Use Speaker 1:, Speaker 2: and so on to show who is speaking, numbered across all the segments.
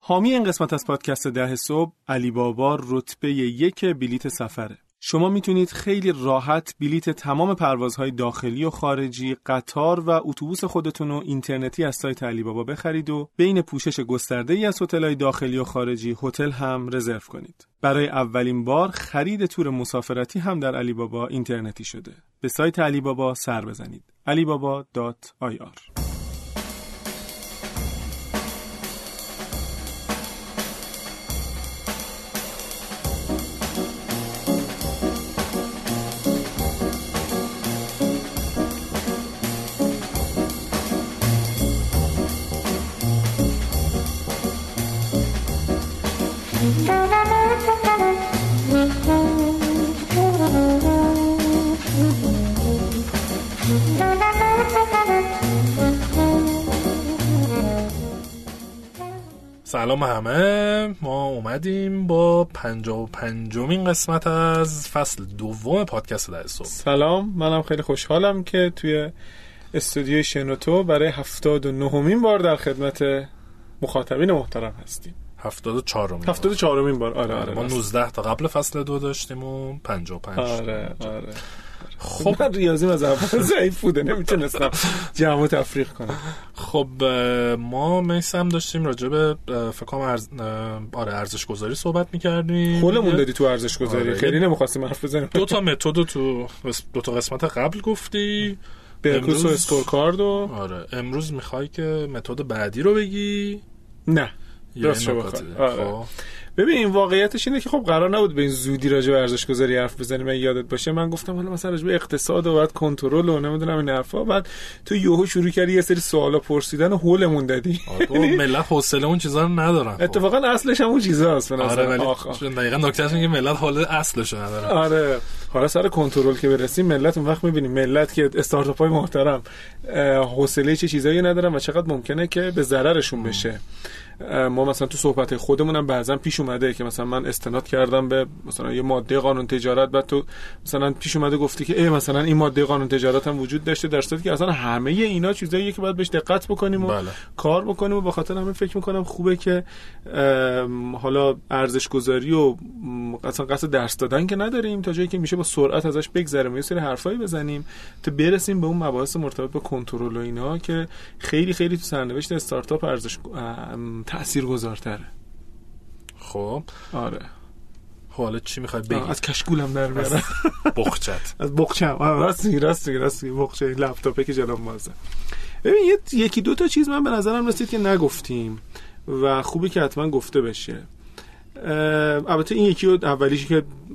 Speaker 1: حامی این قسمت از پادکست 10 صبح علی بابا رتبه 1 بلیت سفره. شما میتونید خیلی راحت بلیت تمام پروازهای داخلی و خارجی، قطار و اتوبوس خودتون رو اینترنتی از سایت علی بابا بخرید و بین پوشش گسترده‌ای از هتل‌های داخلی و خارجی هتل هم رزرو کنید. برای اولین بار خرید تور مسافرتی هم در علی بابا اینترنتی شده. به سایت علی بابا سر بزنید. alibaba.ir.
Speaker 2: سلام همه، ما اومدیم با 55مین قسمت از فصل دوم پادکست 10 صبح.
Speaker 1: سلام، منم خیلی خوشحالم که توی استودیوی شنوتو برای 79مین بار در خدمت مخاطبین محترم هستیم. 74مین بار. آره
Speaker 2: ما 19 تا قبل فصل 2 داشتیم و 55.
Speaker 1: آره. خب من ریاضیم از اول ضعیف بوده، نمیتونستم جمع تفریق کنم.
Speaker 2: خب ما میسم داشتیم راجع به فکر کنم ارزش گذاری صحبت می‌کردیم.
Speaker 1: خودمون دادی تو ارزش گذاری. خیلی نمی‌خواستیم حرف بزنیم.
Speaker 2: دو تا متد تو دو تا قسمت قبل گفتی،
Speaker 1: برکوس و اسکورکارد.
Speaker 2: آره امروز می‌خوای که متد بعدی رو بگی؟
Speaker 1: نه درست آره. ببین واقعیتش اینه که خب قرار نبود به این زودی راجع به ارزش گذاری حرف بزنیم. من یادت باشه من گفتم حالا مثلا راجع به اقتصاد و بعد کنترل و نمیدونم این حرفا، بعد تو یهو شروع کردی یه سری سوالا پرسیدن و هولمون دادی.
Speaker 2: ملت حوصله اون چیزا رو ندارن.
Speaker 1: اتفاقا اصلش هم اون چیزاست به نظر من.
Speaker 2: دقیقاً نکتهش اینه که ملت حال اصلش رو ندارن.
Speaker 1: آره حالا سر کنترل که برسیم ملت اون وقت می‌بینیم ملت که استارتاپ‌های محترم حوصله چه چیزایی ندارن و چقدر ممکنه که به ضررشون بشه. ما مثلا تو صحبت خودمونم بعضا پیش اومده که مثلا من استناد کردم به مثلا یه ماده قانون تجارت، بعد تو مثلا پیش اومده گفتی که مثلا این ماده قانون تجارت هم وجود داشته، در صورتی که اصلا همه اینا چیزاییه که باید بهش دقت بکنیم و کار بکنیم و به خاطر همین فکر میکنم خوبه که حالا ارزش گذاری و اصلا قصد درس دادن که نداریم، تا جایی که میشه با سرعت ازش بگذریم و یه سری حرفایی بزنیم تا برسیم به اون مباحث مرتبط با کنترل و اینا که خیلی خیلی تو سرنوشت استارتاپ ارزش تاثیرگذارتره.
Speaker 2: خب
Speaker 1: آره
Speaker 2: حالا چی میخوای بگی؟
Speaker 1: از کشکولم در بیارم. از بقچم. راستی بقچه لپتاپه که جلوم مازه. ببین یکی دو تا چیز من به نظرم رسید که نگفتیم و خوبه که حتما گفته بشه. البته این یکی اولیش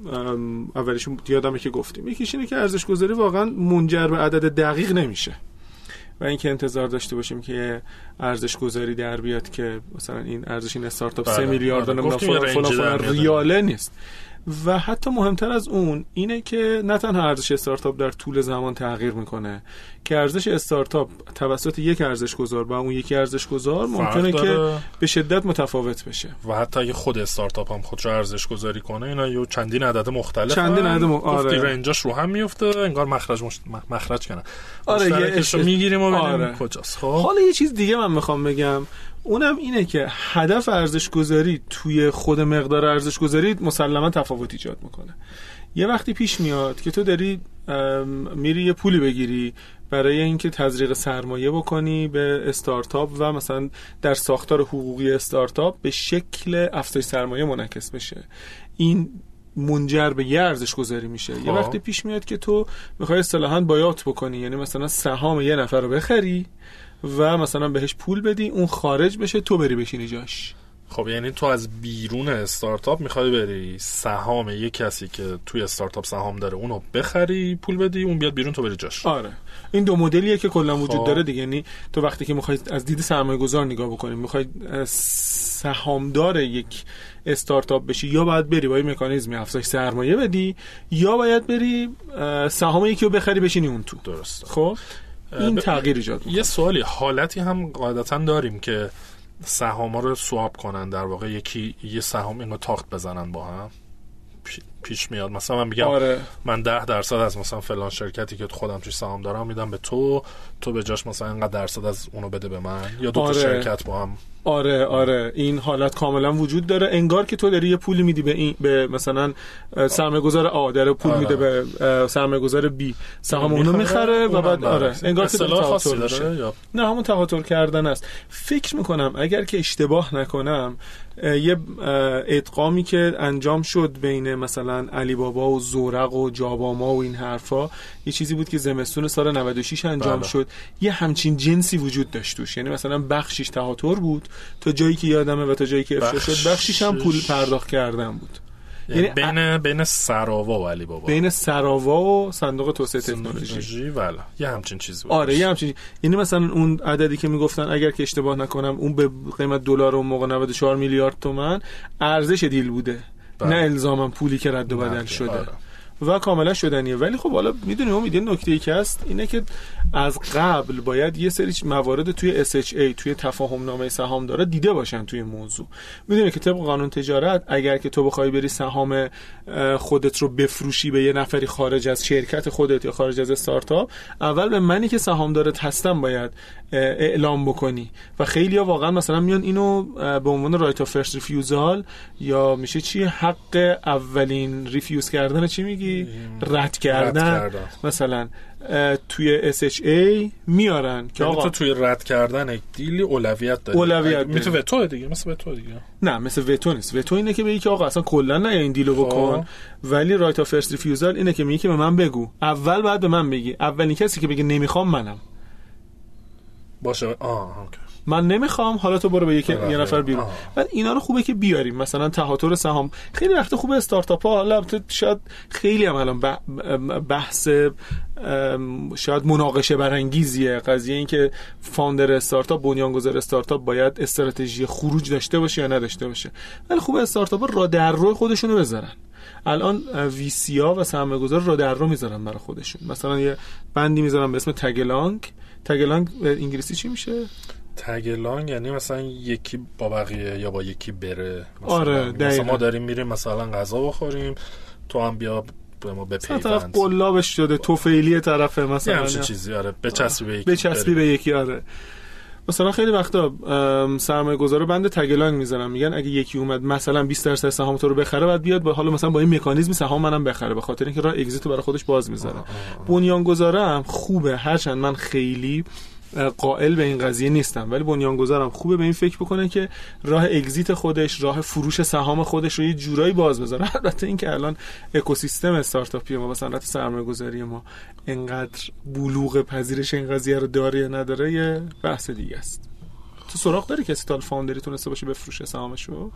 Speaker 1: یادمه که گفتیم. یکیش اینه که ارزش گذاری واقعا منجر به عدد دقیق نمیشه و اینکه انتظار داشته باشیم که ارزش گذاری در بیاد که مثلا این ارزش این استارتاپ 3 میلیارد و فلان ریاله نیست. و حتی مهمتر از اون اینه که نه تنها ارزش استارتاپ در طول زمان تغییر میکنه، که ارزش استارتاپ توسط یک ارزش گذار با اون یکی ارزش گذار ممکنه که به شدت متفاوت بشه.
Speaker 2: و حتی اگه خود استارتاپ هم خودش ارزش گذاری کنه اینا یه چندین عدد مختلف
Speaker 1: آره
Speaker 2: رنجاش رو هم میفته، انگار مخرج کنه.
Speaker 1: آره
Speaker 2: یه میگیریم و ببینیم کجاست. خب
Speaker 1: حالا یه چیز دیگه من میخوام بگم، اونم اینه که هدف ارزش گذاری توی خود مقدار ارزش گذاری مسلما تفاوت ایجاد میکنه. یه وقتی پیش میاد که تو داری میری یه پولی بگیری برای اینکه تزریق سرمایه بکنی به استارتاپ و مثلا در ساختار حقوقی استارتاپ به شکل افزایش سرمایه منعکس بشه، این منجر به یه ارزش گذاری میشه. یه وقتی پیش میاد که تو میخوای اصطلاحاً بایات بکنی، یعنی مثلا سهام یه نفر رو بخری و مثلا بهش پول بدی، اون خارج بشه تو بری بشینی جاش.
Speaker 2: خب یعنی تو از بیرون استارتاپ میخوای بری سهام یک کسی که توی استارتاپ سهام داره اونو بخری، پول بدی، اون بیاد بیرون تو بری جاش.
Speaker 1: آره این دو مدلیه که کلا وجود داره دیگه. یعنی تو وقتی که میخوای از دید سرمایه‌گذار نگاه بکنی، میخوای سهامدار یک استارتاپ بشی، یا باید بری با این مکانیزمی افزایش سرمایه بدی، یا باید بری سهام یکی رو بخری بشینی اون تو.
Speaker 2: درسته.
Speaker 1: خب این تغییر ایجاد میکنه.
Speaker 2: یه سوالی، حالتی هم قاعدتاً داریم که سهاما رو سواب کنن، در واقع یکی یه سهام اینو تاخت بزنن با هم، پیش میاد. مثلا من میگم من 10% از مثلا فلان شرکتی که خودم توش سهام دارم میدم به تو به جاش مثلا اینقدر درصد از اونو بده به من، یا دو تا شرکت با هم.
Speaker 1: آره این حالت کاملا وجود داره. انگار که تو داری یه پولی میدی به مثلا سرمایه‌گذار داره پول میده به سرمایه‌گذار بی، سهام اونو میخره و بعد انگار که
Speaker 2: خاصی داره یا
Speaker 1: نه، همون تقاطر کردن است. فکر میکنم اگر که اشتباه نکنم یه ادغامی که انجام شد بین مثلا علی بابا و زورق و جاباما و این حرفا، یه چیزی بود که زمستون سال 96 انجام شد. یه همچین جنسی وجود داشت توش، یعنی مثلا بخشش تهاتر بود تا جایی که یادمه و تا جایی که افشا شد بخشش هم پول پرداخت کردن بود.
Speaker 2: یعنی بین سراوا و علی بابا،
Speaker 1: بین سراوا و صندوق توسعه تکنولوژی
Speaker 2: والا یه همچین چیزی بود.
Speaker 1: یه همچین، یعنی مثلا اون عددی که میگفتن اگر که اشتباه نکنم اون به قیمت دلار اون موقع 94 میلیارد تومان ارزش دیل بوده، نه الزاما پولی که رد و بدل شده. و کاملا شدنیه. ولی خب حالا میدونی امید، یه نکته‌ای که هست اینه که از قبل باید یه سری موارد توی SHA، توی تفاهم نامه سهامدارا دیده باشن توی موضوع. میدونی که طبق قانون تجارت اگر که تو بخوای بری سهام خودت رو بفروشی به یه نفری خارج از شرکت خودت یا خارج از استارتاپ، اول به منی که سهامدارت هستم باید اعلام بکنی. و خیلی‌ها واقعا مثلا میان اینو به عنوان رایت اف فرست ریفیوزال یا میشه چی، حق اولین ریفیوز کردن، چی میگی، رد کردن. مثلا توی SHA میارن که
Speaker 2: آقا تو توی رد کردن دیلی اولویت داری. مثل وتو دیگه، نه مثل وتو نیست. وتو اینه که بگی که آقا اصلا کلا نه این دیلو بکن، ولی رایت اف فرست ریفیوزال اینه که میگی که به من بگو، اول بعد به من بگی. اولین کسی که بگه نمیخوام منم باشه. اوکی.
Speaker 1: من نمیخوام، حالا تو برو به یه نفر بیرون. بعد اینا رو خوبه که بیاریم. مثلا تهاتر سهام خیلی وقت خوبه استارتاپ ها، حالا شاید خیلی هم الان بحث شاید مناقشه برانگیزیه قضیه، این که فاوندر استارتاپ، بنیانگذار استارتاپ باید استراتژی خروج داشته باشه یا نداشته باشه. ولی خوبه استارتاپ ها را در روی خودشونو بذارن. الان ویسیا و سرمایه‌گذار را در رو میذارن برای خودشون. مثلا یه بندی میذارن به اسم تگلانگ به انگلیسی چی میشه؟
Speaker 2: تگلانگ یعنی مثلا یکی با بقیه یا با یکی بره.
Speaker 1: مثلا
Speaker 2: ما داریم میریم مثلا غذا بخوریم، تو هم بیا به ما بپیوند.
Speaker 1: طرف قلابش شده، توفیلی طرفه مثلا
Speaker 2: همچین چیزی. بچسبی
Speaker 1: به یکی. مثلا خیلی وقتا سرمایه‌گذارا بند تگلانگ میذارن، میگن اگه یکی اومد مثلا 20% سهام تو رو بخره، بعد بیاد حالا مثلا با این مکانیزم سهام منم بخره، به خاطر اینکه راه اگزییت رو برای خودش باز میذاره. بنیانگذارم خوبه، هرچند من خیلی قائل به این قضیه نیستم، ولی بنیانگذارم خوبه به این فکر بکنه که راه اگزییت خودش، راه فروش سهام خودش رو یه جورایی باز بذاره. البته این که الان اکوسیستم استارتاپی ما و صنعت سرمایه‌گذاری ما انقدر بلوغ پذیرش این قضیه رو داره یا نداره یه بحث دیگه است. تو سراغ داری کسی تا فاوندری تونسته باشه بفروشه سهامشو؟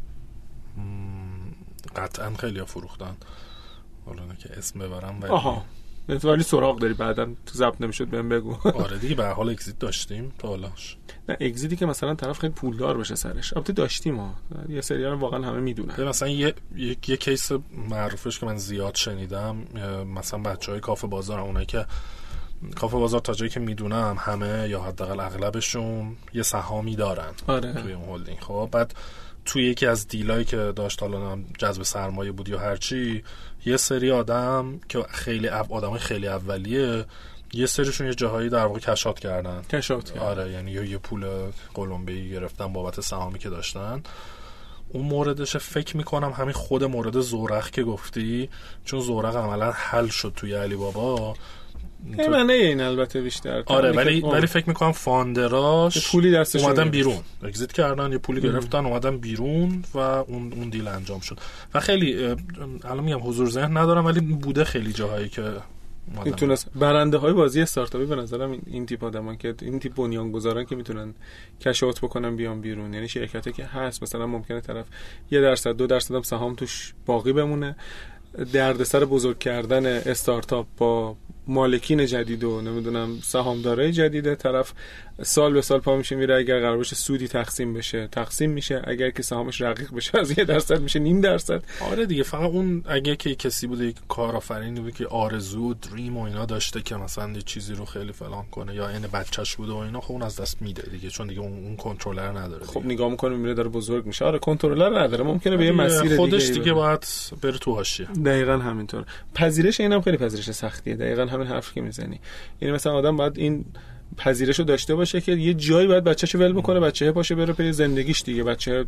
Speaker 2: قطعا خیلی‌ها فروختن، حالا که اسم ببرم
Speaker 1: ولی سراغ داری بعداً تو ضبط نمیشد بهم بگو.
Speaker 2: آره دیگه، به هر حال اگزییت داشتیم تا حالاش.
Speaker 1: نه اگزییتی که مثلا طرف خیلی پولدار بشه سرش، البته داشتیم ها، یه سریال واقعا همه میدونن.
Speaker 2: مثلا یه کیس معروفش که من زیاد شنیدم، مثلا بچهای کافه بازار، اونایی که کافه بازار تا جایی که میدونم همه یا حداقل اغلبشون یه سهامی دارن توی اون هلدینگ. خب بعد توی یکی از دیلایی که داشت، حالا جذب سرمایه بود یا هرچی، یه سری آدم که خیلی آدمای خیلی اولیه، یه سریشون یه جاهایی در واقع کشات کردن. آره، یعنی یه پول قلمبی گرفتن بابت سهامی که داشتن. اون موردش فکر میکنم همین خود مورد زورق که گفتی، چون زورق عملا حل شد توی علی بابا.
Speaker 1: نه این البته بیشتر.
Speaker 2: آره ولی فکر میکنم فاندراش
Speaker 1: پولی دستشون
Speaker 2: اومدن بیرون، اگزییت کردن، یه پولی گرفتن اومدن بیرون و اون دیل انجام شد. و خیلی الان میگم حضور ذهن ندارم، ولی بوده خیلی جاهایی که
Speaker 1: میتونست برنده های بازی استارتاپی به نظرم این تیپ آدمان که این تیپ بنیانگذاران که میتونن کشات بکنن بیان بیرون. یعنی شرکتی که هست مثلا ممکنه طرف 1% 2% هم سهام توش باقی بمونه، دردسر بزرگ کردن استارتاپ با مالکین جدید و نمیدونم سهامدارای جدیده، طرف سال به سال پا میشه میره، اگر قرار باشه سودی تقسیم بشه تقسیم میشه، اگر که سهامش رقیق بشه از 1% میشه 0.5%.
Speaker 2: آره دیگه، فقط اون اگه که کسی بوده یک کارآفرینی بوده که آرزو دریم و اینا داشته که مثلا یه چیزی رو خیلی فلان کنه یا این بچه‌ش بوده و اینا، خب اون از دست میده دیگه، چون دیگه اون کنترلر نداره.
Speaker 1: خب نگاه میکنه میره داره بزرگ میشه. آره کنترلر نداره، ممکنه به یه مسیر
Speaker 2: خودش دیگه باید بره تو حاشیه.
Speaker 1: دقیقاً همینطور. پذیرش اینم خیلی پذیرش سختیه. دقیقاً همین حرفی که میزنی. یعنی مثلا آدم باید این پذیرشو داشته باشه که یه جایی باید بچه‌شو ول بکنه، بچه‌ها پاشه بره پی زندگیش دیگه، بچه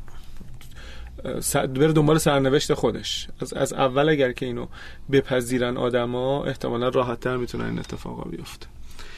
Speaker 1: بره دنبال سرنوشت خودش. از اول اگر که اینو بپذیرن آدما، احتمالاً راحت‌تر میتونن این اتفاقا بیفته.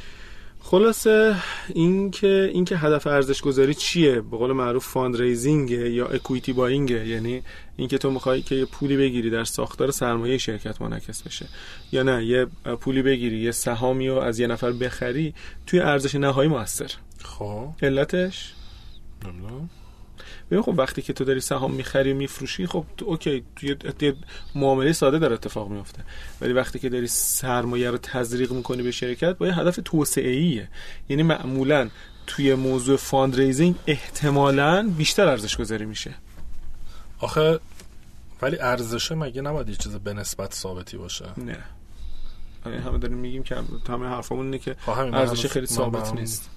Speaker 1: خلاصه این که هدف ارزش گذاری چیه؟ به قول معروف فاندریزینگ یا اکویتی بایینگ، یعنی اینکه تو میخوای که یه پولی بگیری در ساختار سرمایه شرکت منعکس بشه، یا نه یه پولی بگیری یه سهامی رو از یه نفر بخری توی ارزش نهایی موثر.
Speaker 2: خب
Speaker 1: علتش
Speaker 2: نمیدونم.
Speaker 1: ببین خب وقتی که تو داری سهام میخری و میفروشی، خب اوکی توی معامله ساده داره اتفاق میفته، ولی وقتی که داری سرمایه رو تزریق میکنی به شرکت با یه هدف توسعه‌ایه. یعنی معمولا توی موضوع فاندریزینگ احتمالاً بیشتر ارزش گذاری میشه.
Speaker 2: آخه ولی ارزشه مگه نباید یه چیز به نسبت ثابتی باشه؟
Speaker 1: نه همه داریم میگیم که همه حرفمون اینه که ارزش خیلی ثابت نیست.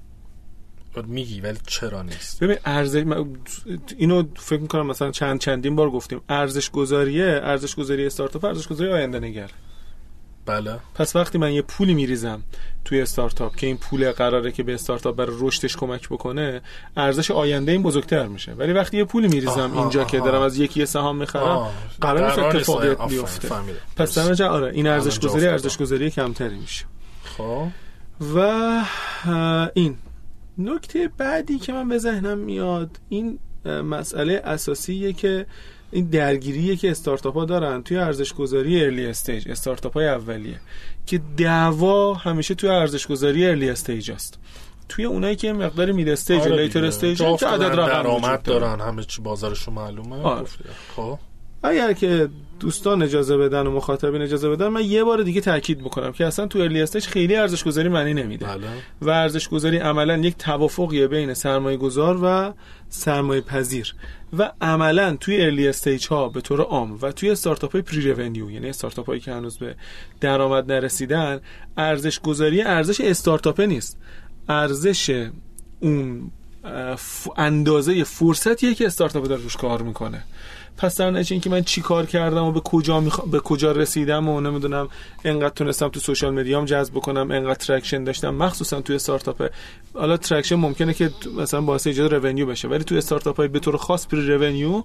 Speaker 2: میگی ولی چرا نیست؟
Speaker 1: ببین ارزش، اینو فکر میکنم مثلا چندین بار گفتیم، ارزش گذاری استارتاپ ارزش گذاری آینده نگر.
Speaker 2: بله.
Speaker 1: پس وقتی من یه پولی میریزم توی استارتاپ که این پول قراره که به استارتاپ برای رشدش کمک بکنه، ارزش آینده این بزرگتر میشه. ولی وقتی یه پولی میریزم اینجا که دارم از یکی سهام میخرم، قراره اتفاقی بیفته. پس در نتیجه آره این ارزش گذاری کمتری میشه.
Speaker 2: خب
Speaker 1: و این نکته بعدی که من به ذهنم میاد، این مسئله اساسیه که این درگیریه که استارتاپ‌ها دارن توی ارزش گذاری ارلی استیج، استارتاپ‌های اولیه، که دعوا همیشه توی ارزش گذاری ارلی استیج است. توی اونایی که مقدار مید استیج و لیتر استیج که عدد رقم
Speaker 2: درآمد دارن، همه چی بازارشون معلومه. خب
Speaker 1: اگر که دوستان اجازه بدن و مخاطبین اجازه بدن، من یه بار دیگه تاکید بکنم که اصلا تو ارلی استیج خیلی ارزش گذاری معنی نمیده. و ارزش گذاری عملاً یک توافقیه بین سرمایه گذار و سرمایه پذیر، و عملاً توی ارلی استیج ها به طور عام و توی استارتاپ های پری رونیو، یعنی استارتاپ هایی که هنوز به درآمد نرسیدن، ارزش گذاری ارزش استارتاپ نیست، ارزش اون اندازه فرصتیه که استارتاپ داره روش کار میکنه. پس در نتیجه اینکه من چی کار کردم و به کجا رسیدم و نمیدونم انقدر تونستم تو سوشال مدیام جذب بکنم، انقدر ترکشن داشتم، مخصوصا توی استارتاپ. حالا ترکشن ممکنه که مثلا باعث ایجاد رونیو بشه، ولی توی استارتاپ های به طور خاص پری رونیو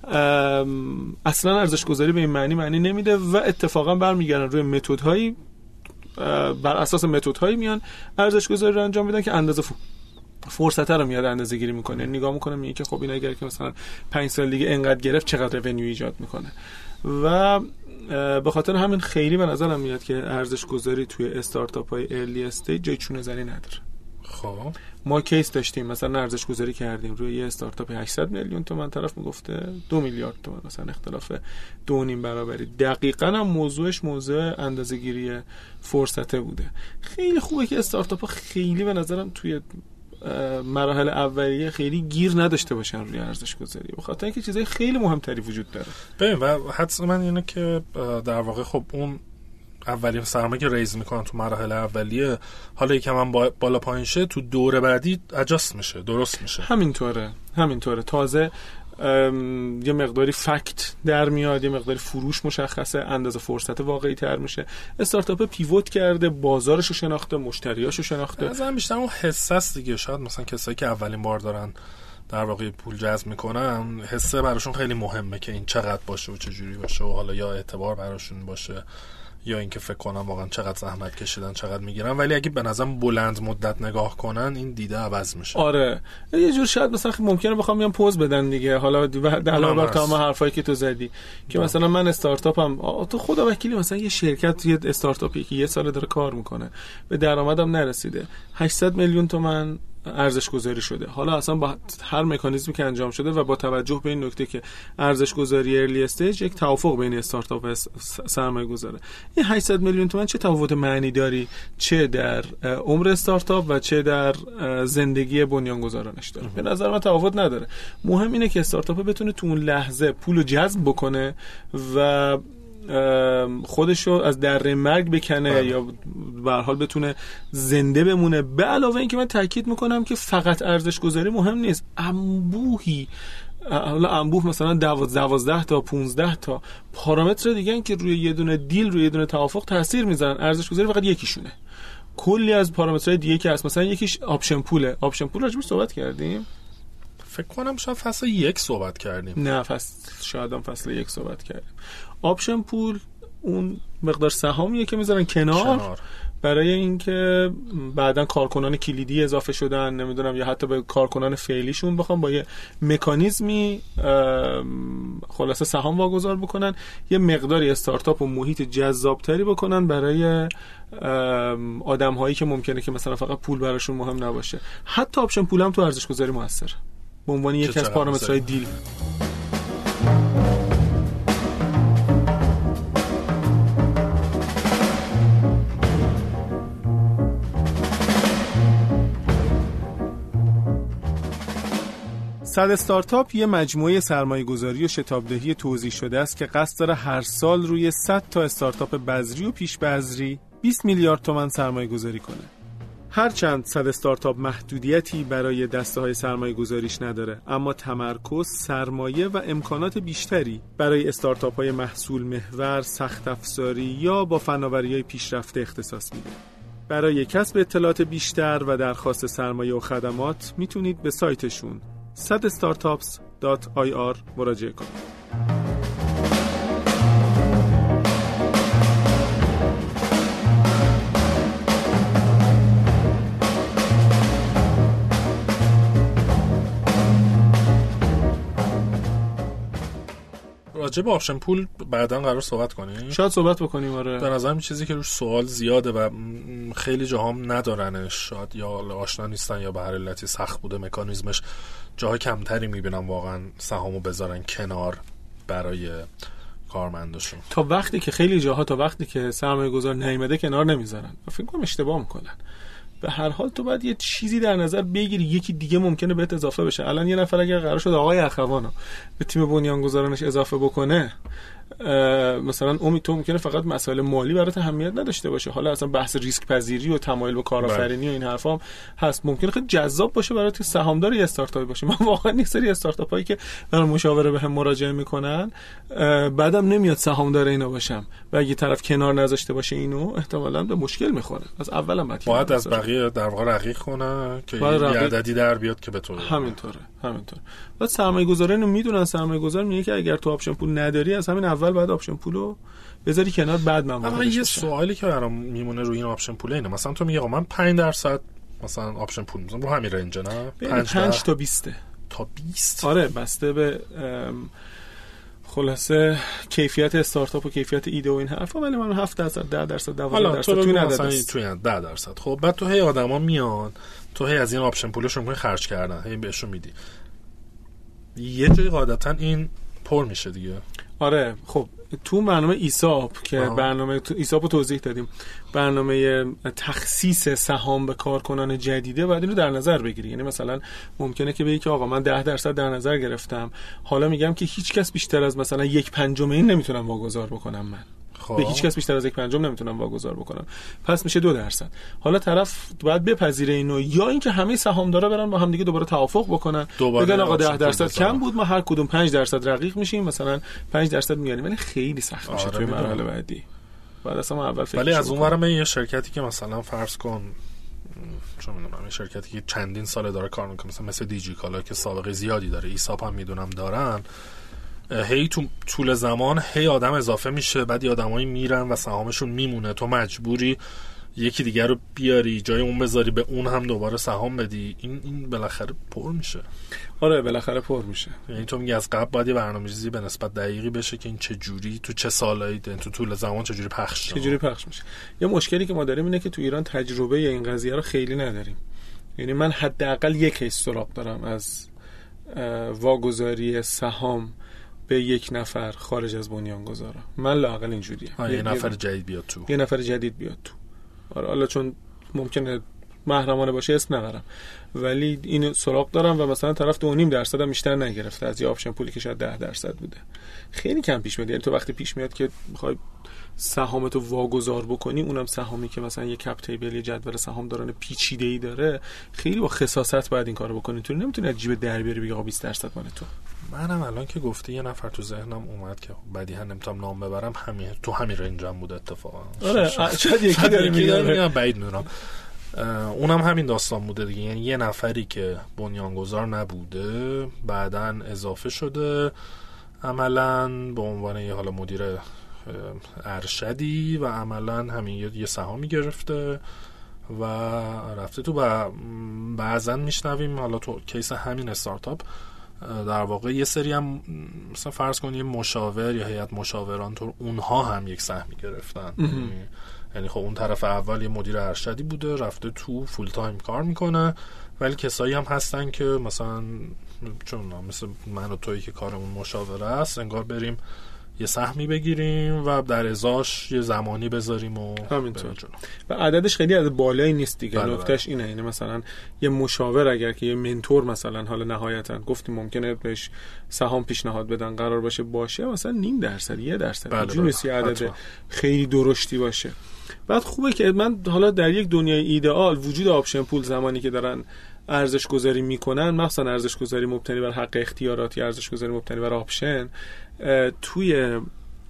Speaker 1: اصلا ارزش گذاری به این معنی نمیده و اتفاقا برمیگردن روی متدهایی، بر اساس متدهایی میان ارزش گذاری رو انجام میدن که اندازه فرصت رو میاد اندازه گیری میکنه. نگاه میکنه میگه که خب این اگر که مثلا 5 سال دیگه انقدر گرفت چقدر رونیو ایجاد میکنه. و به خاطر همین خیلی به نظرم میاد که ارزش گذاری توی استارتاپ های ارلی استیج جای چونه زنی نداره.
Speaker 2: خب
Speaker 1: ما کیس داشتیم مثلا ارزش گذاری کردیم روی یه استارتاپ 800 میلیون تومان، طرف میگفته 2 میلیارد تومان، مثلا اختلاف 2.5 برابری. دقیقاً هم موضوعش موضوع اندازه‌گیری فرصته بوده. خیلی خوبه که استارتاپ‌ها خیلی به نظرم توی مراحل اولیه خیلی گیر نداشته باشن روی ارزش گذاری، بخاطر اینکه چیزای خیلی مهمتری وجود داره.
Speaker 2: ببین و حدس من اینه که در واقع خب اون اولین سرمایه که ریز میکنن تو مراحل اولیه، حالا یکم هم بالا پایین شه، تو دوره بعدی اجاست میشه، درست میشه. همینطوره. تازه یه مقداری فکت در میاد، یه مقداری فروش مشخصه، اندازه فرصت واقعی تر میشه. استارتاپ پیوت کرده، بازارشو شناخته، مشتریاشو شناخته. از هم بیشتر اون حساس دیگه. شاید مثلا کسایی که اولین بار دارن در واقع پول جذب میکنن، حسه براشون خیلی مهمه که این چقدر باشه و چه جوری باشه، و حالا یا اعتبار براشون باشه یا اینکه فکر کنم واقعا چقدر زحمت کشیدن، چقدر میگیرن. ولی اگه به نظرم بلند مدت نگاه کنن، این دیده عوض میشه.
Speaker 1: آره یه جور شاید مثلا ممکنه بخوام بیان پوز بدن دیگه. حالا علاوه بر تمام حرفایی که تو زدی که مثلا من استارتاپم، تو خدا وکیلی مثلا یه شرکت، یه استارتاپی که 1 سال داره کار میکنه، به درآمدم نرسیده، 800 میلیون تومان ارزش گذاری شده. حالا اصلا با هر مکانیزمی که انجام شده و با توجه به این نکته که ارزش گذاری ارلی استیج یک توافق بین استارتاپ و سرمایه گذاره، این 800 میلیون تومان چه تفاوت معنی داری چه در عمر استارتاپ و چه در زندگی بنیانگذارانش داره؟ به نظر من تفاوت نداره. مهم اینه که استارتاپ بتونه تو اون لحظه پولو جذب بکنه و خودشو از دره مرگ بکنه یا به هر حال بتونه زنده بمونه. به علاوه اینکه من تاکید میکنم که فقط ارزش گذاری مهم نیست، انبوهی، حالا انبوه مثلا 12 تا 15 تا پارامتر دیگه این که روی یه دونه دیل، روی یه دونه توافق تاثیر میذارن. ارزش گذاری فقط یکیشونه، کلی از پارامترهای دیگه که هست. مثلا یکیش آپشن پوله. آپشن پول راجعش صحبت کردیم،
Speaker 2: فکر کنم شاید فصل 1 صحبت کردیم.
Speaker 1: نه شاید هم فصل 1 صحبت کردیم. آپشن پول اون مقدار سهامیه که میذارن کنار برای اینکه بعدن کارکنان کلیدی اضافه شدن، نمیدونم، یا حتی به کارکنان فعلیشون بخوام با یه مکانیزمی خلاصه سهام واگذار بکنن، یه مقداری استارتاپ و محیط جذابتری بکنن برای آدم‌هایی که ممکنه که مثلا فقط پول براشون مهم نباشه. حتی آپشن پول هم تو ارزش گذاری موثر به عنوان یکی از پارامترهای دیل. صد استارتاپ یه مجموعه سرمایه‌گذاری و شتابدهی توزیع شده است که قصد داره هر سال روی 100 تا استارتاپ بذری و پیش بذری 20 میلیارد تومان سرمایه‌گذاری کنه. هرچند 100 استارتاپ محدودیتی برای دسته‌های سرمایه‌گذاریش نداره، اما تمرکز، سرمایه و امکانات بیشتری برای استارتاپ‌های محصول محور، سخت افزاری یا با فناوری‌های پیشرفته اختصاص میده. برای کسب اطلاعات بیشتر و درخواست سرمایه و خدمات میتونید به سایتشون sadstartups.ir مراجعه کنید.
Speaker 2: راجع به آپشن پول بعداً قرار صحبت کنیم.
Speaker 1: شاید صحبت بکنیم. آره.
Speaker 2: به نظرم چیزی که روش سوال زیاده و خیلی جاهام ندارنش، شاید یا آشنا نیستن یا به هر علتی سخت بوده مکانیزمش. جاهای کمتری میبینم واقعا سهامو بذارن کنار برای کارمندشون.
Speaker 1: تا وقتی که خیلی جاها تا وقتی که سرمایه‌گذار نیامده کنار نمیذارن. فکر کنم اشتباه میکنن. به هر حال تو باید یه چیزی در نظر بگیری، یکی دیگه ممکنه بهت اضافه بشه. الان یه نفر اگر قرار شد آقای اخوانو به تیم بنیانگذارانش اضافه بکنه، مثلا امید تو ممکنه فقط مسائل مالی برات اهمیت نداشته باشه، حالا اصلا بحث ریسک پذیری و تمایل به کارآفرینی و این حرفا هم هست، ممکنه خیلی جذاب باشه برات که سهامدار یه استارتاپی باشه. من واقعا یک سری استارتاپایی که برای مشاوره بهم مراجعه میکنن بعدم نمیاد سهامدار اینا باشم و اگه طرف کنار نذاشته باشه اینو احتمالاً به مشکل میخوره. از اولم
Speaker 2: باید از بقیه در واقع رقیق کنه که یه عددی در بیاد که به تو
Speaker 1: همینطوره. بعد سرمایه‌گذارا میدونن، سرمایه‌گذار میگه که اگر تو آپشن پول نداری از همین اول بعد آپشن پولو بذاری کنار، بعد من واردش بشم.
Speaker 2: یه سوالی که برام میمونه روی این آپشن پول اینه، مثلا تو میگی آقا من 5% مثلا آپشن پول میذارم رو همین رنج، نه
Speaker 1: 5 تا 20
Speaker 2: تا 20.
Speaker 1: آره بسته به خلاصه کیفیت استارتاپ و کیفیت ایده و این حرفا، ولی من 7%، 10%، 12% توی
Speaker 2: مثلا توی 10%. خب بعد تو هی آدما میان تو هی از این آپشن پولشون میخوای خرج کردن، هی بهشون میدی، یه جای قاعدتا این پر میشه دیگه.
Speaker 1: آره خب تو برنامه ایساپ که برنامه ایساپ رو توضیح دادیم، برنامه تخصیص سهام به کارکنان جدیده باید اینو در نظر بگیری. یعنی مثلا ممکنه که بگی که آقا من 10% در نظر گرفتم، حالا میگم که هیچ کس بیشتر از مثلا 1/5 این نمیتونم واگذار بکنم، من به هیچ کس بیشتر از 1/5 نمیتونم واگذار بکنم، پس میشه 2%. حالا طرف باید بپذیره اینو، یا اینکه همه سهامدارا برن با هم دیگه دوباره توافق بکنن بگن آقا 10% کم بود، ما هر کدوم 5% رقیق میشیم، مثلا 5% میاریم. ولی خیلی سخت میشه توی مرحله بعدی. بعد اصلا اول فکر
Speaker 2: ولی از اونورم یه شرکتی که مثلا فرض کن چون میدونم یه شرکتی که چندین سال داره کار میکنه، مثلا دیجیکالا که سابقه زیادی داره، ایساپ هم میدونم دارن، هی تو طول زمان هی آدم اضافه میشه، بعد آدمایی میرن و سهامشون میمونه، تو مجبوری یکی دیگر رو بیاری جای اون بذاری، به اون هم دوباره سهام بدی، این بالاخره پر میشه.
Speaker 1: آره بالاخره پر میشه.
Speaker 2: یعنی تو میگی از قبل باید یه برنامه‌ریزی به نسبت دقیقی بشه که این چه جوری تو چه سالایی تو طول زمان چه جوری پخش
Speaker 1: میشه. یه مشکلی که ما داریم اینه که تو ایران تجربه این قضیه رو خیلی نداریم. یعنی من حداقل یک کیس سراغ دارم از واگذاری سهام به یک نفر خارج از بنیانگذارا. من لااقل اینجوریه.
Speaker 2: یه نفر جدید بیاد تو.
Speaker 1: یه نفر جدید بیاد تو. آره حالا چون ممکنه محرمانه باشه اسم نبرم، ولی اینو سراغ دارم و مثلا طرف 2.5% هم بیشتر نگرفته از یه آپشن پولی که شاید 10% بوده. خیلی کم پیش میاد. یعنی تو وقتی پیش میاد که میخوای سهامتو واگذار بکنی، اونم سهامی که مثلا یه کپ تیبل، یه جدول سهامداران پیچیده‌ای داره، خیلی با خساست باید این کارو بکنی. تو نمیتونی از جیب در بیاری بگی آقا 20% مال تو.
Speaker 2: منم الان که گفتی یه نفر تو ذهنم اومد که بدیهاً نمیتونم نام ببرم، همین رنجم بود اتفاقا.
Speaker 1: آره شاید یکی داره میگه،
Speaker 2: بعید میدونم. اونم همین داستان بوده دیگه. یعنی یه نفری که بنیانگذار نبوده بعداً اضافه شده عملاً به عنوان یه حالا مدیر ارشدی و عملاً همین یه سهامی گرفته و رفته تو. و بعضاً میشنویم حالا تو کیس همین استارتاپ در واقع یه سری هم مثلا فرض کنید مشاور یا هیئت مشاوران تو اونها هم یک سهمی گرفتن. یعنی خب اون طرف اول یه مدیر ارشدی بوده رفته تو فول تایم کار میکنه، ولی کسایی هم هستن که مثلا چون مثل من و تویی که کارمون مشاوره است، انگار بریم یه سهمی بگیریم و در ازاش یه زمانی بذاریم و
Speaker 1: همینطور. و عددش خیلی عدد بالایی نیست دیگه. نکتهش اینه، یعنی مثلا یه مشاور اگر که یه منتور مثلا حالا نهایتا گفتیم ممکنه بهش سهام پیشنهاد بدن قرار باشه مثلا 0.5% 1%، اینجوری نیست یه عدد خیلی درشتی باشه. بعد خوبه که من حالا در یک دنیای ایدئال وجود آپشن پول زمانی که دارن ارزش گذاری میکنن، مثلا ارزش گذاری مبتنی بر حق اختیاراتی، ارزش گذاری مبتنی بر آپشن، توی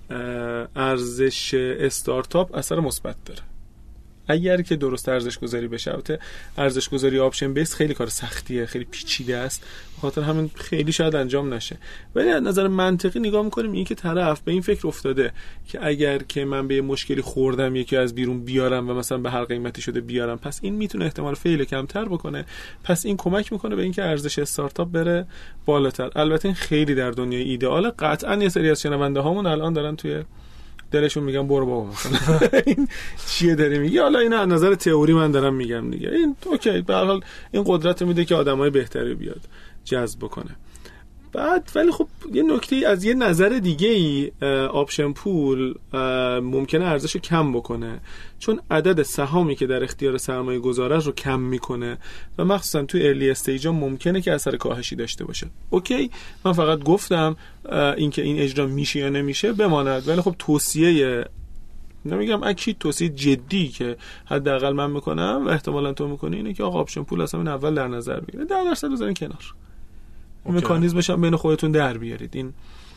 Speaker 1: ارزش استارتاپ اثر مثبت داره اگر که درست ارزش گذاری بشه. البته ارزش گذاری آپشن بیس خیلی کار سختیه، خیلی پیچیده است، بخاطر همین خیلی شاید انجام نشه. ولی از نظر منطقی نگاه میکنیم این که طرف به این فکر افتاده که اگر که من به یه مشکلی خوردم یکی از بیرون بیارم و مثلا به هر قیمتی شده بیارم، پس این میتونه احتمال فیل کمتر بکنه، پس این کمک میکنه به اینکه ارزش استارتاپ بره بالاتر. البته این خیلی در دنیای ایدئال. قطعا یه سری از شنونده هامون الان دارن توی دلشون میگن برو بابا مثلا این چیه داری میگی؟ حالا اینا از نظر تئوری من دارم میگم دیگه. این اوکی، به هر حال این قدرت میده که آدمای بهتری بیاد جذب بکنه. بعد ولی خب یه نکته از یه نظر دیگه ای آپشن پول ممکنه ارزشو کم بکنه، چون عدد سهامی که در اختیار سرمایه گذاره رو کم میکنه و مخصوصا تو ارلی استیج ها ممکنه که اثر کاهشی داشته باشه. اوکی، من فقط گفتم اینکه این اجرا میشه یا نمیشه بماند، ولی خب توصیه نمیگم اکید، توصیه جدی که حداقل من میکنم و احتمالاً تو میکنی اینه که آقا آپشن پول اصلا اول در نظر بگیرید، 10% بذارین کنار، مکانیزمش هم بین خودتون در بیارید. این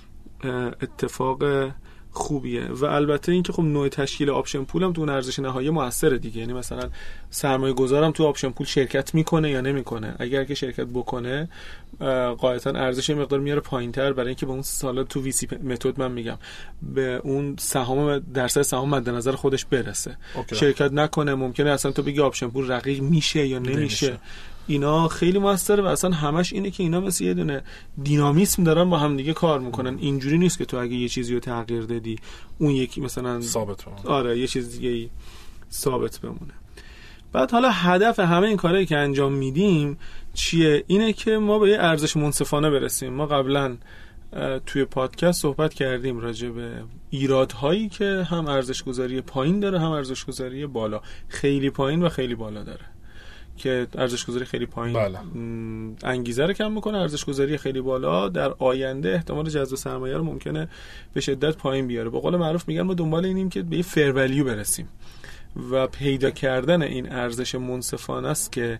Speaker 1: اتفاق خوبیه. و البته اینکه خب نوع تشکیل آپشن پول هم تو اون ارزش نهایی موثره دیگه. یعنی مثلا سرمایه گذارم تو آپشن پول شرکت میکنه یا نمیکنه. اگر که شرکت بکنه قاعدتا ارزش مقدار میاره پایینتر، برای اینکه به اون سالا تو وی سی متد من میگم به اون سهام درصد سهام مد نظر خودش برسه. شرکت نکنه ممکنه اصلا تو بگی آپشن پول رقیق میشه یا نمیشه. اینا خیلی موثره و اصلا همش اینه که اینا مثل یه دونه دینامیسم دارن با هم دیگه کار میکنن. اینجوری نیست که تو اگه یه چیزی رو تغییر دادی اون یکی مثلا
Speaker 2: ثابت بمونه.
Speaker 1: آره یه چیز دیگه ثابت بمونه. بعد حالا هدف همه این کارهایی که انجام میدیم چیه؟ اینه که ما به یه ارزش منصفانه برسیم. ما قبلا توی پادکست صحبت کردیم راجع به ایرادهایی که هم ارزش گذاری پایین داره هم ارزش گذاری بالا، خیلی پایین و خیلی بالا داره، که ارزش گذاری خیلی پایین انگیزه رو کم میکنه، ارزش گذاری خیلی بالا در آینده احتمال جذب سرمایه رو ممکنه به شدت پایین بیاره. به قول معروف میگن ما دنبال اینیم که به یه فیر ولیو برسیم و پیدا کردن این ارزش منصفانه است که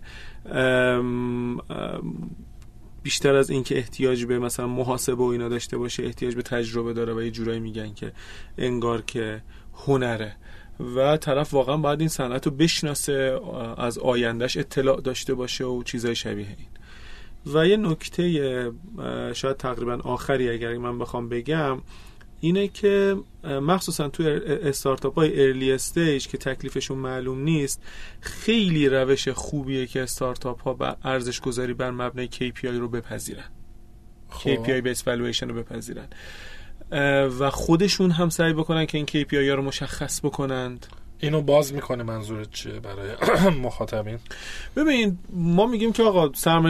Speaker 1: بیشتر از این که احتیاج به مثلا محاسبه و اینا داشته باشه احتیاج به تجربه داره و یه جورایی میگن که انگار که هنره و طرف واقعا باید این صنعت رو بشناسه، از آیندهش اطلاع داشته باشه و چیزای شبیه این. و یه نکته شاید تقریبا آخری اگر من بخوام بگم اینه که مخصوصا توی استارتاپ های ارلی استیج که تکلیفشون معلوم نیست، خیلی روش خوبیه که استارتاپ ها با ارزش گذاری بر مبنای KPI رو بپذیرن، KPI based valuation رو بپذیرن و خودشون هم سعی بکنن که این KPI ها رو مشخص بکنند.
Speaker 2: اینو باز میکنه منظورت چیه برای مخاطبین؟
Speaker 1: ببین ما میگیم که آقا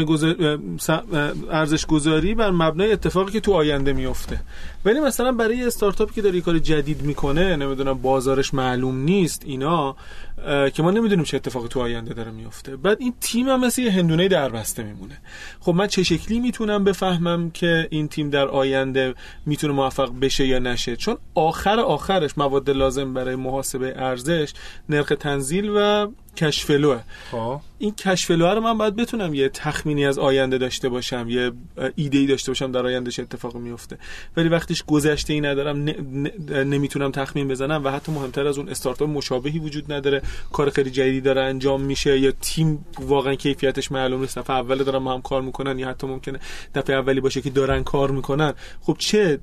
Speaker 1: ارزش گذاری بر مبنای اتفاقی که تو آینده میفته، ولی مثلا برای استارتاپی که داره کار جدید میکنه، نمیدونم بازارش معلوم نیست اینا، که ما نمیدونیم چه اتفاقی تو آینده داره میفته، بعد این تیم هم مثل یه هندونه دربسته میمونه. خب من چه شکلی میتونم بفهمم که این تیم در آینده میتونه موفق بشه یا نشه؟ چون آخرش مواد لازم برای محاسبه ارزش نرخ تنزیل و کشفلوه. این کشفلوه رو من باید بتونم یه تخمینی از آینده داشته باشم، یه ایده‌ای داشته باشم در آینده چه اتفاقی میفته، ولی وقتیش گذشته‌ای ندارم، نمیتونم تخمین بزنم و حتی مهمتر از اون استارتاپ مشابهی وجود نداره، کار خیلی جدیدی داره انجام میشه یا تیم واقعا کیفیتش معلوم نیست، دفعه اول دارن با هم کار میکنن یا حتی ممکنه دفعه اولی باشه که دارن کار میکنن. خب چه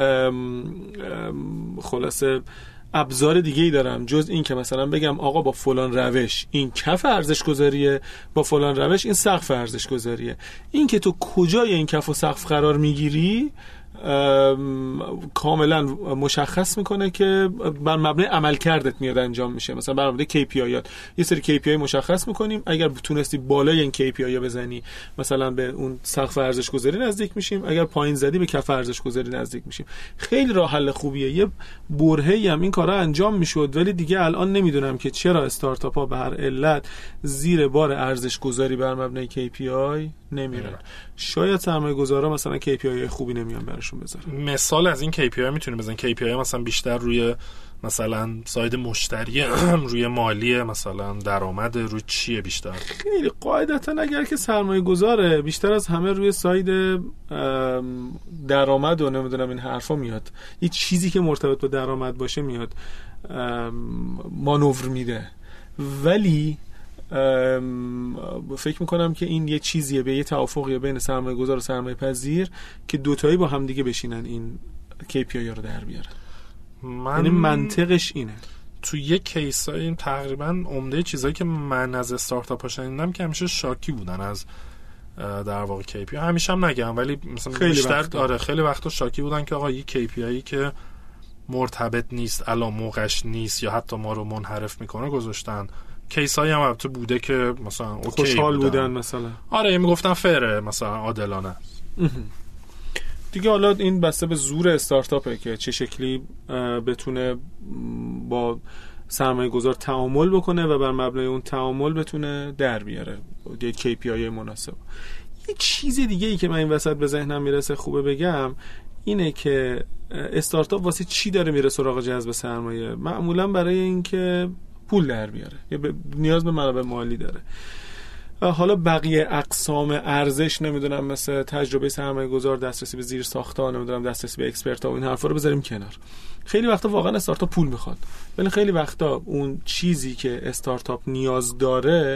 Speaker 1: خلاصه ابزار دیگه‌ای دارم جز این که مثلا بگم آقا با فلان روش این کف ارزش گذاریه، با فلان روش این سقف ارزش گذاریه. این که تو کجای این کف و سقف قرار میگیری کاملا مشخص میکنه که بر مبنای عملکردت میاد انجام میشه. مثلا بر مبنای KPI یه سری KPI مشخص میکنیم، اگر تونستی بالای این KPI بزنی مثلا به اون سقف ارزش گذاری نزدیک میشیم، اگر پایین زدی به کف ارزش گذاری نزدیک میشیم. خیلی راه حل خوبیه. یه برهه‌ای هم این کارا انجام میشد، ولی دیگه الان نمیدونم که چرا استارتاپ ها به هر علت زیر بار ارزش گذاری بر مبنای KPI نمیرن. شاید سرمایه‌گذارا مثلا KPI خوبی نمیان براشون بذارن.
Speaker 2: مثال از این KPI میتونی بزنی؟ KPI مثلا بیشتر روی مثلا ساید مشتری، روی مالی، مثلا درآمد، روی چیه بیشتر؟
Speaker 1: خیلی قاعدتا اگر که سرمایه‌گذاره بیشتر از همه روی ساید درآمد و نمیدونم این حرفا میاد، یه چیزی که مرتبط با درآمد باشه میاد مانور میده. ولی فکر میکنم که این یه چیزیه، به یه توافقیه بین سرمایه گذار و سرمایه پذیر که دوتایی با هم دیگه بشینن این KPI رو در بیارن. یعنی منطقش اینه.
Speaker 2: تو یه کیس این تقریبا عمده چیزایی که من از استارتاپ ها شنیدم که همیشه شاکی بودن از در واقع KPI. همیشه هم نگم ولی مثلا خیلی وقتا شاکی بودن که آقا یه KPI که مرتبط نیست، الان موقعش نیست یا حتی ما رو منحرف میکنه گذاشتن. کیسایی هم البته بوده که مثلا اوکی
Speaker 1: خوشحال بودن مثلا.
Speaker 2: آره میگفتن فره، مثلا عادلانه
Speaker 1: دیگه. حالا این بسته به زور استارتاپه که چه شکلی بتونه با سرمایه گذار تعامل بکنه و بر مبنای اون تعامل بتونه در بیاره یه KPI مناسب. یه چیز دیگه ای که من این وسط به ذهنم میرسه خوبه بگم اینه که استارتاپ واسه چی داره میره سراغ جذب سرمایه؟ معمولا برای اینکه پول در بیاره یا نیاز به منابع مالی داره. حالا بقیه اقسام ارزش نمیدونم مثل تجربه سرمایه گذار، دسترسی به زیر ساخت‌ها، نمیدونم دسترسی به اکسپرت‌ها و این حرفا رو بذاریم کنار. خیلی وقتا واقعا استارتاپ پول میخواد، ولی خیلی وقتا اون چیزی که استارتاپ نیاز داره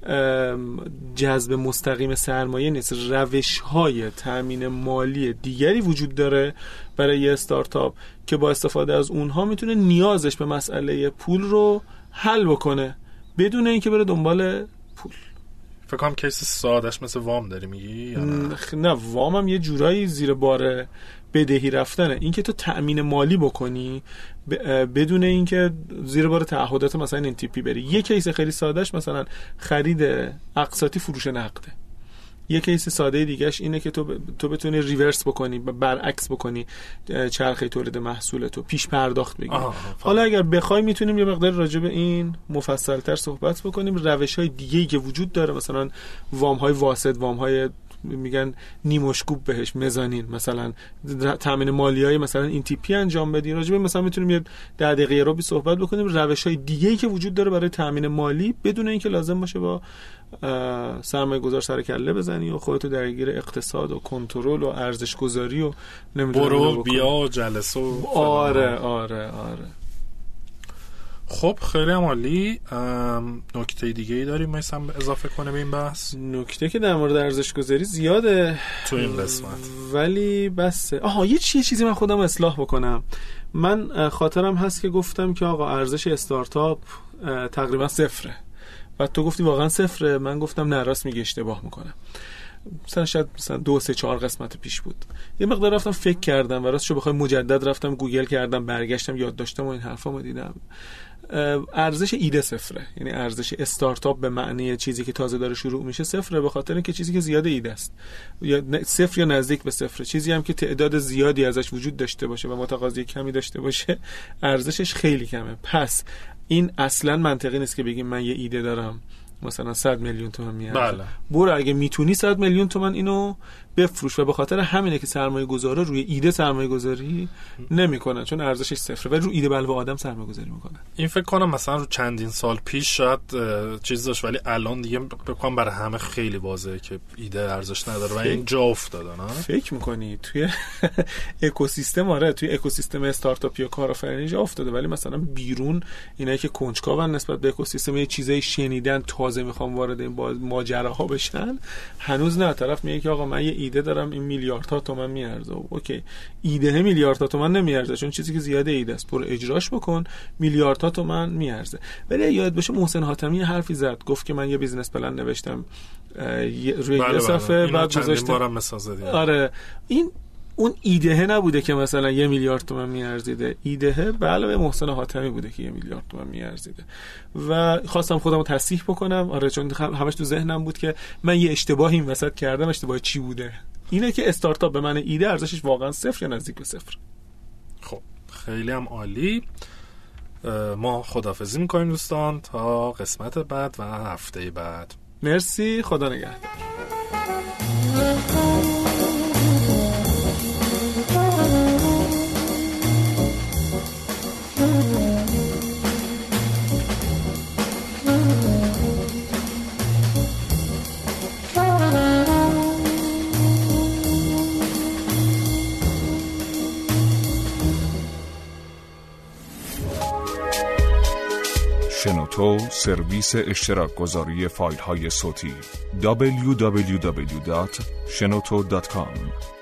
Speaker 1: جذب مستقیم سرمایه نیست. روش‌های تامین مالی دیگری وجود داره برای استارتاپ که با استفاده از اونها میتونه نیازش به مسئله پول رو حل بکنه بدون اینکه بره دنبال پول.
Speaker 2: فکر کنم کیس سادهش مثل وام داری میگی یا
Speaker 1: نه وام هم یه جورایی زیر بار بدهی رفتنه. این که تو تأمین مالی بکنی بدون اینکه زیر بار تعهدات مثلا NTP بری. یه کیس خیلی سادهش مثلا خرید اقساطی فروش نقده. یه کیس ساده دیگهش اینه که تو بتونی ریورس بکنی، برعکس بکنی چرخه تولید محصولتو، پیش پرداخت بگیری. حالا اگر بخوای میتونیم یه مقدار راجع به این مفصل‌تر صحبت بکنیم. روش‌های دیگه‌ای که وجود داره مثلا وام‌های واسط، وام‌های میگن نیمشکوب بهش، مزانین، مثلا تامین مالیای مثلا NTP انجام بدی. راجع به مثلا میتونیم یه 10 دقیقه رو صحبت بکنیم روش‌های دیگه‌ای که وجود داره برای تامین مالی بدون اینکه لازم باشه با سرمایه گذار سر کله بزنی و خودتو درگیر اقتصاد و کنترل و ارزش گذاری و نمیدونم
Speaker 2: برو بیا و جلسه و
Speaker 1: آره.
Speaker 2: خب خیلی عالی. نکته دیگه ای داریم مثلا اضافه کنه به این بحث؟
Speaker 1: نکته که در مورد ارزش گذاری زیاده
Speaker 2: تو این قسمت،
Speaker 1: ولی بس یه چیزی من خودم اصلاح بکنم. من خاطرم هست که گفتم که آقا ارزش استارتاپ تقریبا صفره و تو گفتی واقعا صفره. من گفتم نه، راست میگی، اشتباه میکنم. مثلا شاید مثلا 2 3 4 قسمت پیش بود. یه مقدار رفتم فکر کردم و راستش بخوام مجدد رفتم گوگل کردم، برگشتم یادداشتم و این حرفامو دیدم. ارزش ایده صفره، یعنی ارزش استارتاپ به معنی چیزی که تازه داره شروع میشه صفره، به خاطر اینکه چیزی که زیاد ایده است یا صفر یا نزدیک به صفره. چیزی هم که تعداد زیادی ازش وجود داشته باشه و متقاضی کمی داشته باشه ارزشش خیلی کمه. پس این اصلا منطقی نیست که بگیم من یه ایده دارم مثلا 100 میلیون تومان میارزه.
Speaker 2: بله.
Speaker 1: برو اگه میتونی 100 میلیون تومان اینو بفروش و به خاطر همینه که سرمایه گذارا روی ایده سرمایه گذاری نمیکنن، چون ارزشش صفره، ولی روی ایده بلوه آدم سرمایه گذاری میکنن.
Speaker 2: این فکر کنم مثلا رو چندین سال پیش شاید چیز داشت، ولی الان دیگه بکنم برای همه خیلی واضحه که ایده ارزش نداره و این جا افتاده. نه
Speaker 1: فکر میکنی توی اکوسیستم، آره توی اکوسیستم استارتاپی و کارآفرینی جا افتاده، ولی مثلا بیرون اینایی که کنجکاون نسبت به اکوسیستم یه چیزایی شنیدن تازه میخوام وارد این ماجراها بشن، هنوز نه. طرف میگه که آقا من یه ایده دارم این میلیاردها تومان میارزه. اوکی، ایده میلیاردها تومان نمیارزه چون چیزی که زیاده ایده است، برو اجراش بکن، میلیاردها تومان میارزه. ولی یاد باشه محسن حاتمی حرفی زد، گفت که من یه بیزنس پلن نوشتم روی یه صفحه، بعد گذاشتم. آره این اون ایده نبوده که مثلا 1 میلیارد تومان میارزیده، ایده به علاوه محسن حاتمی بوده که 1 میلیارد تومان میارزیده. و خواستم خودمو تصحیح بکنم، آره چون همش تو ذهنم بود که من یه اشتباهی این وسط کردم. اشتباه چی بوده؟ اینه که استارتاپ به من ایده ارزشش واقعا صفر یا نزدیک به صفر.
Speaker 2: خب خیلی هم عالی. ما خداحافظی میکنیم دوستان تا قسمت بعد و هفته بعد.
Speaker 1: مرسی، خدا نگهدار.
Speaker 3: شنوتو سرویس اشتراک گذاری فایل های صوتی www.shenoto.com